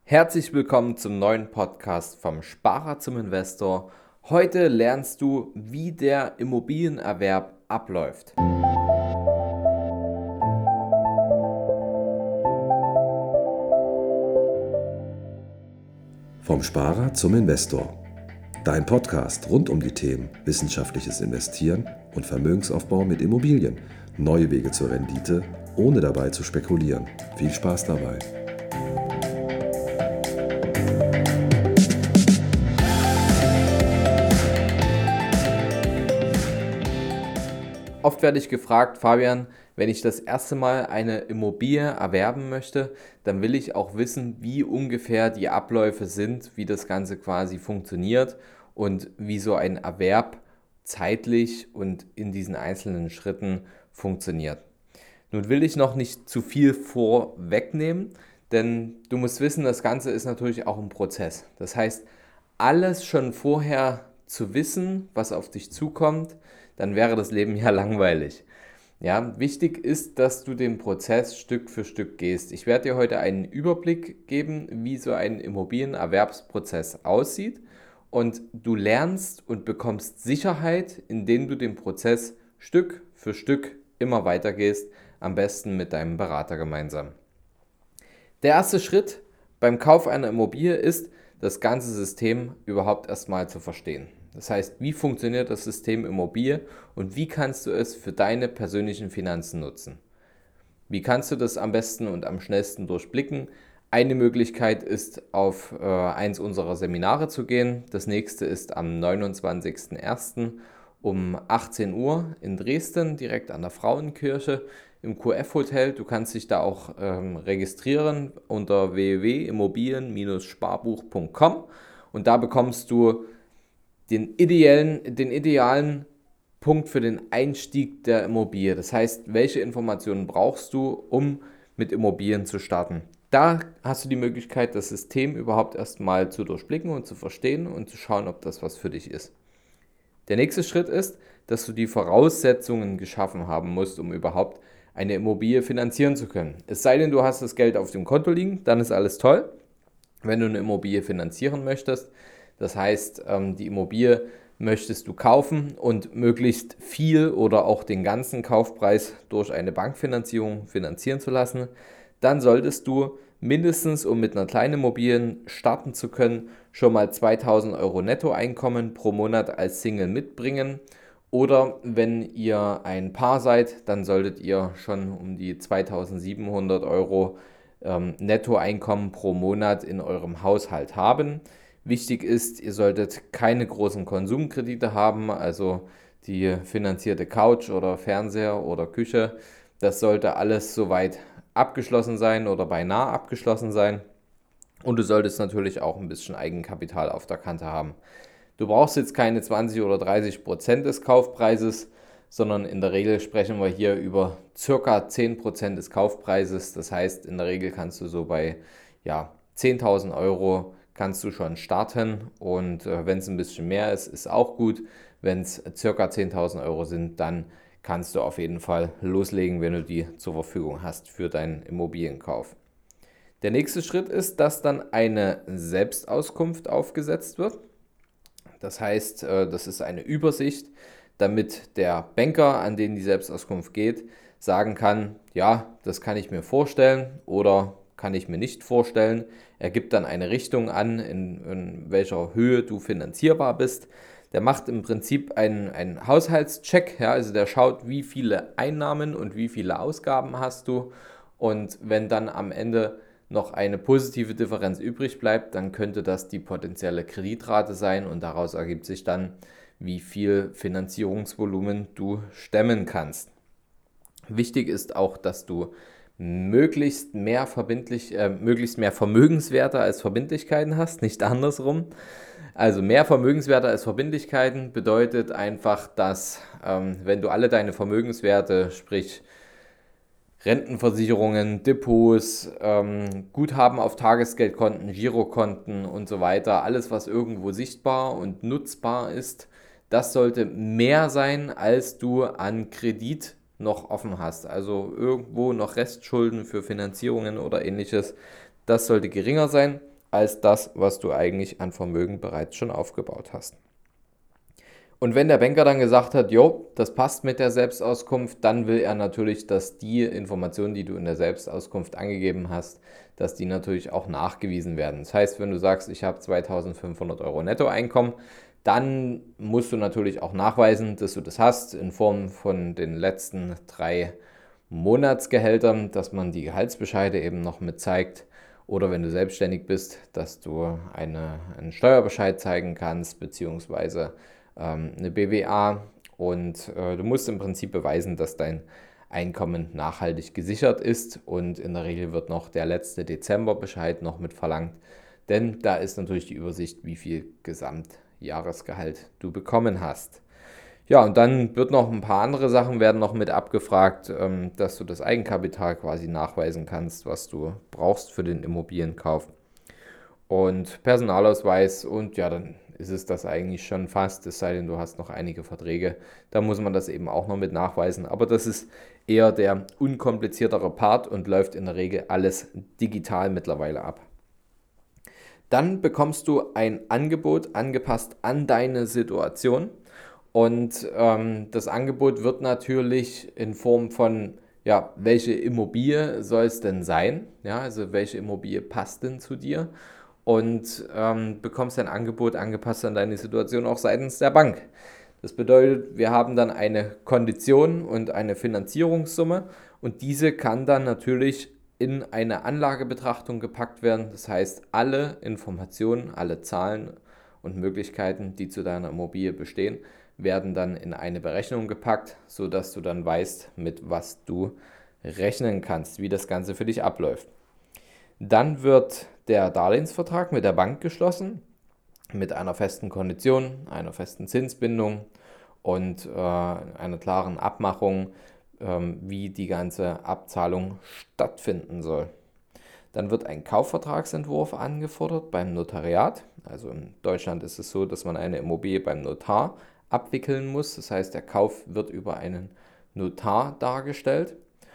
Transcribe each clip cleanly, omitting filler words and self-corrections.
Herzlich willkommen zum neuen Podcast vom Sparer zum Investor. Heute lernst du, wie der Immobilienerwerb abläuft. Vom Sparer zum Investor. Dein Podcast rund um die Themen wissenschaftliches Investieren und Vermögensaufbau mit Immobilien. Neue Wege zur Rendite, ohne dabei zu spekulieren. Viel Spaß dabei. Oft werde ich gefragt, Fabian, wenn ich das erste Mal eine Immobilie erwerben möchte, dann will ich auch wissen, wie ungefähr die Abläufe sind, wie das Ganze quasi funktioniert und wie so ein Erwerb zeitlich und in diesen einzelnen Schritten funktioniert. Nun will ich noch nicht zu viel vorwegnehmen, denn du musst wissen, das Ganze ist natürlich auch ein Prozess. Das heißt, alles schon vorher zu wissen, was auf dich zukommt, dann wäre das Leben ja langweilig. Ja, wichtig ist, dass du den Prozess Stück für Stück gehst. Ich werde dir heute einen Überblick geben, wie so ein Immobilienerwerbsprozess aussieht und du lernst und bekommst Sicherheit, indem du den Prozess Stück für Stück immer weitergehst, am besten mit deinem Berater gemeinsam. Der erste Schritt beim Kauf einer Immobilie ist, das ganze System überhaupt erstmal zu verstehen. Das heißt, wie funktioniert das System Immobilie und wie kannst du es für deine persönlichen Finanzen nutzen? Wie kannst du das am besten und am schnellsten durchblicken? Eine Möglichkeit ist, auf eins unserer Seminare zu gehen. Das nächste ist am 29.01. um 18 Uhr in Dresden, direkt an der Frauenkirche im QF-Hotel. Du kannst dich da auch registrieren unter www.immobilien-sparbuch.com und da bekommst du den idealen Punkt für den Einstieg der Immobilie. Das heißt, welche Informationen brauchst du, um mit Immobilien zu starten? Da hast du die Möglichkeit, das System überhaupt erstmal zu durchblicken und zu verstehen und zu schauen, ob das was für dich ist. Der nächste Schritt ist, dass du die Voraussetzungen geschaffen haben musst, um überhaupt eine Immobilie finanzieren zu können. Es sei denn, du hast das Geld auf dem Konto liegen, dann ist alles toll. Wenn du eine Immobilie finanzieren möchtest, das heißt, die Immobilie möchtest du kaufen und möglichst viel oder auch den ganzen Kaufpreis durch eine Bankfinanzierung finanzieren zu lassen, dann solltest du mindestens, um mit einer kleinen Immobilie starten zu können, schon mal 2.000 Euro Nettoeinkommen pro Monat als Single mitbringen. Oder wenn ihr ein Paar seid, dann solltet ihr schon um die 2.700 Euro Nettoeinkommen pro Monat in eurem Haushalt haben. Wichtig ist, ihr solltet keine großen Konsumkredite haben, also die finanzierte Couch oder Fernseher oder Küche. Das sollte alles soweit abgeschlossen sein oder beinahe abgeschlossen sein. Und du solltest natürlich auch ein bisschen Eigenkapital auf der Kante haben. Du brauchst jetzt keine 20 oder 30% des Kaufpreises, sondern in der Regel sprechen wir hier über ca. 10% des Kaufpreises. Das heißt, in der Regel kannst du so bei 10.000 Euro kannst du schon starten und wenn es ein bisschen mehr ist, ist auch gut. Wenn es ca. 10.000 Euro sind, dann kannst du auf jeden Fall loslegen, wenn du die zur Verfügung hast für deinen Immobilienkauf. Der nächste Schritt ist, dass dann eine Selbstauskunft aufgesetzt wird. Das heißt, das ist eine Übersicht, damit der Banker, an den die Selbstauskunft geht, sagen kann, ja, das kann ich mir vorstellen oder kann ich mir nicht vorstellen. Er gibt dann eine Richtung an, in welcher Höhe du finanzierbar bist. Der macht im Prinzip einen Haushaltscheck, ja, also der schaut, wie viele Einnahmen und wie viele Ausgaben hast du. Und wenn dann am Ende noch eine positive Differenz übrig bleibt, dann könnte das die potenzielle Kreditrate sein und daraus ergibt sich dann, wie viel Finanzierungsvolumen du stemmen kannst. Wichtig ist auch, dass du möglichst mehr Vermögenswerte als Verbindlichkeiten hast, nicht andersrum. Also mehr Vermögenswerte als Verbindlichkeiten bedeutet einfach, dass wenn du alle deine Vermögenswerte, sprich Rentenversicherungen, Depots, Guthaben auf Tagesgeldkonten, Girokonten und so weiter, alles was irgendwo sichtbar und nutzbar ist, das sollte mehr sein, als du an Kredit noch offen hast. Also irgendwo noch Restschulden für Finanzierungen oder ähnliches, das sollte geringer sein. als das, was du eigentlich an Vermögen bereits schon aufgebaut hast. Und wenn der Banker dann gesagt hat, jo, das passt mit der Selbstauskunft, dann will er natürlich, dass die Informationen, die du in der Selbstauskunft angegeben hast, dass die natürlich auch nachgewiesen werden. Das heißt, wenn du sagst, ich habe 2.500 Euro Nettoeinkommen, dann musst du natürlich auch nachweisen, dass du das hast, in Form von den letzten 3 Monatsgehältern, dass man die Gehaltsbescheide eben noch mit zeigt. Oder wenn du selbstständig bist, dass du einen Steuerbescheid zeigen kannst, beziehungsweise eine BWA, und du musst im Prinzip beweisen, dass dein Einkommen nachhaltig gesichert ist, und in der Regel wird noch der letzte Dezemberbescheid noch mit verlangt, denn da ist natürlich die Übersicht, wie viel Gesamtjahresgehalt du bekommen hast. Ja, und dann wird noch ein paar andere Sachen werden noch mit abgefragt, dass du das Eigenkapital quasi nachweisen kannst, was du brauchst für den Immobilienkauf, und Personalausweis, und ja, dann ist es das eigentlich schon fast, es sei denn, du hast noch einige Verträge, da muss man das eben auch noch mit nachweisen, aber das ist eher der unkompliziertere Part und läuft in der Regel alles digital mittlerweile ab. Dann bekommst du ein Angebot angepasst an deine Situation, und das Angebot wird natürlich in Form von, ja, welche Immobilie soll es denn sein, ja, also welche Immobilie passt denn zu dir, und bekommst ein Angebot angepasst an deine Situation auch seitens der Bank. Das bedeutet, wir haben dann eine Kondition und eine Finanzierungssumme, und diese kann dann natürlich in eine Anlagebetrachtung gepackt werden. Das heißt, alle Informationen, alle Zahlen und Möglichkeiten, die zu deiner Immobilie bestehen, werden dann in eine Berechnung gepackt, sodass du dann weißt, mit was du rechnen kannst, wie das Ganze für dich abläuft. Dann wird der Darlehensvertrag mit der Bank geschlossen, mit einer festen Kondition, einer festen Zinsbindung und einer klaren Abmachung, wie die ganze Abzahlung stattfinden soll. Dann wird ein Kaufvertragsentwurf angefordert beim Notariat. Also in Deutschland ist es so, dass man eine Immobilie beim Notar abwickeln muss. Das heißt, der Kauf wird über einen Notar dargestellt.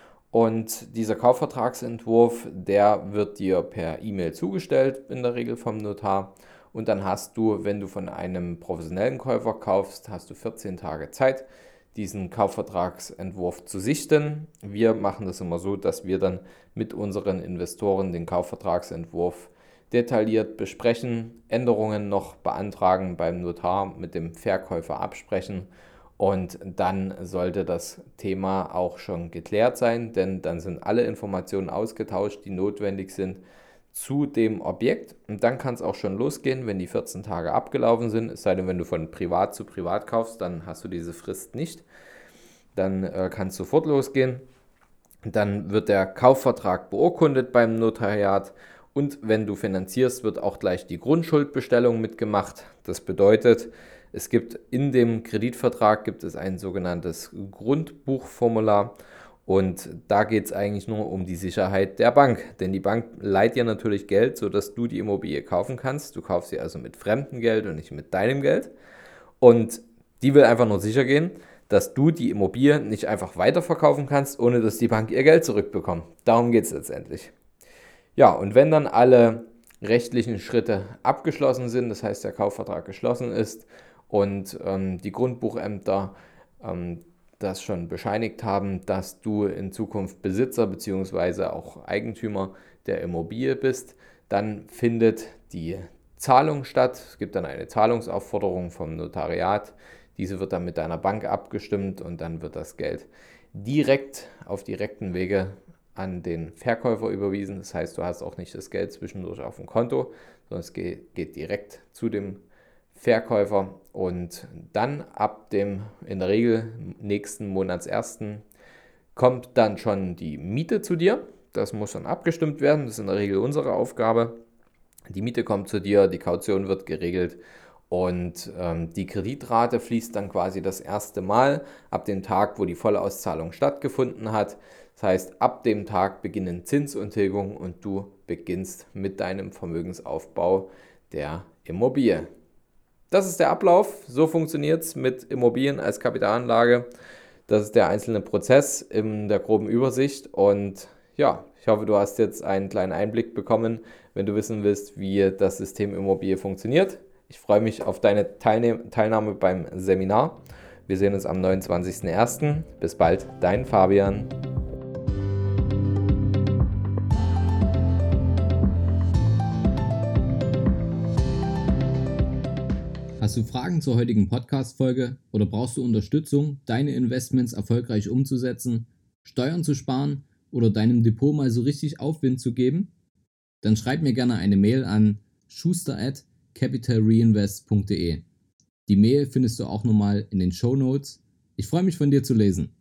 Und dieser Kaufvertragsentwurf, der wird dir per E-Mail zugestellt, in der Regel vom Notar. Und dann hast du, wenn du von einem professionellen Käufer kaufst, hast du 14 Tage Zeit, diesen Kaufvertragsentwurf zu sichten. Wir machen das immer so, dass wir dann mit unseren Investoren den Kaufvertragsentwurf detailliert besprechen, Änderungen noch beantragen beim Notar, mit dem Verkäufer absprechen, und dann sollte das Thema auch schon geklärt sein, denn dann sind alle Informationen ausgetauscht, die notwendig sind zu dem Objekt, und dann kann es auch schon losgehen, wenn die 14 Tage abgelaufen sind, es sei denn, wenn du von Privat zu Privat kaufst, dann hast du diese Frist nicht, dann kann es sofort losgehen. Dann wird der Kaufvertrag beurkundet beim Notariat, und wenn du finanzierst, wird auch gleich die Grundschuldbestellung mitgemacht. Das bedeutet, es gibt in dem Kreditvertrag ein sogenanntes Grundbuchformular, und da geht es eigentlich nur um die Sicherheit der Bank, denn die Bank leiht dir natürlich Geld, sodass du die Immobilie kaufen kannst. Du kaufst sie also mit fremdem Geld und nicht mit deinem Geld, und die will einfach nur sicher gehen, dass du die Immobilie nicht einfach weiterverkaufen kannst, ohne dass die Bank ihr Geld zurückbekommt. Darum geht es letztendlich. Ja, und wenn dann alle rechtlichen Schritte abgeschlossen sind, das heißt, der Kaufvertrag geschlossen ist und die Grundbuchämter das schon bescheinigt haben, dass du in Zukunft Besitzer bzw. auch Eigentümer der Immobilie bist, dann findet die Zahlung statt. Es gibt dann eine Zahlungsaufforderung vom Notariat. Diese wird dann mit deiner Bank abgestimmt, und dann wird das Geld auf direkten Wege an den Verkäufer überwiesen. Das heißt, du hast auch nicht das Geld zwischendurch auf dem Konto, sondern es geht direkt zu dem Verkäufer, und dann ab dem in der Regel nächsten Monatsersten kommt dann schon die Miete zu dir. Das muss dann abgestimmt werden, das ist in der Regel unsere Aufgabe. Die Miete kommt zu dir, die Kaution wird geregelt, und die Kreditrate fließt dann quasi das erste Mal ab dem Tag, wo die Vollauszahlung stattgefunden hat. Das heißt, ab dem Tag beginnen Zins und Tilgung, und du beginnst mit deinem Vermögensaufbau der Immobilie. Das ist der Ablauf, so funktioniert es mit Immobilien als Kapitalanlage. Das ist der einzelne Prozess in der groben Übersicht, und ja, Ich hoffe, du hast jetzt einen kleinen Einblick bekommen, wenn du wissen willst, wie das System Immobilie funktioniert. Ich freue mich auf deine Teilnahme beim Seminar. Wir sehen uns am 29.01. Bis bald, dein Fabian. Hast du Fragen zur heutigen Podcast-Folge oder brauchst du Unterstützung, deine Investments erfolgreich umzusetzen, Steuern zu sparen oder deinem Depot mal so richtig Aufwind zu geben? Dann schreib mir gerne eine Mail an schuster@capitalreinvest.de. Die Mail findest du auch nochmal in den Shownotes. Ich freue mich von dir zu lesen.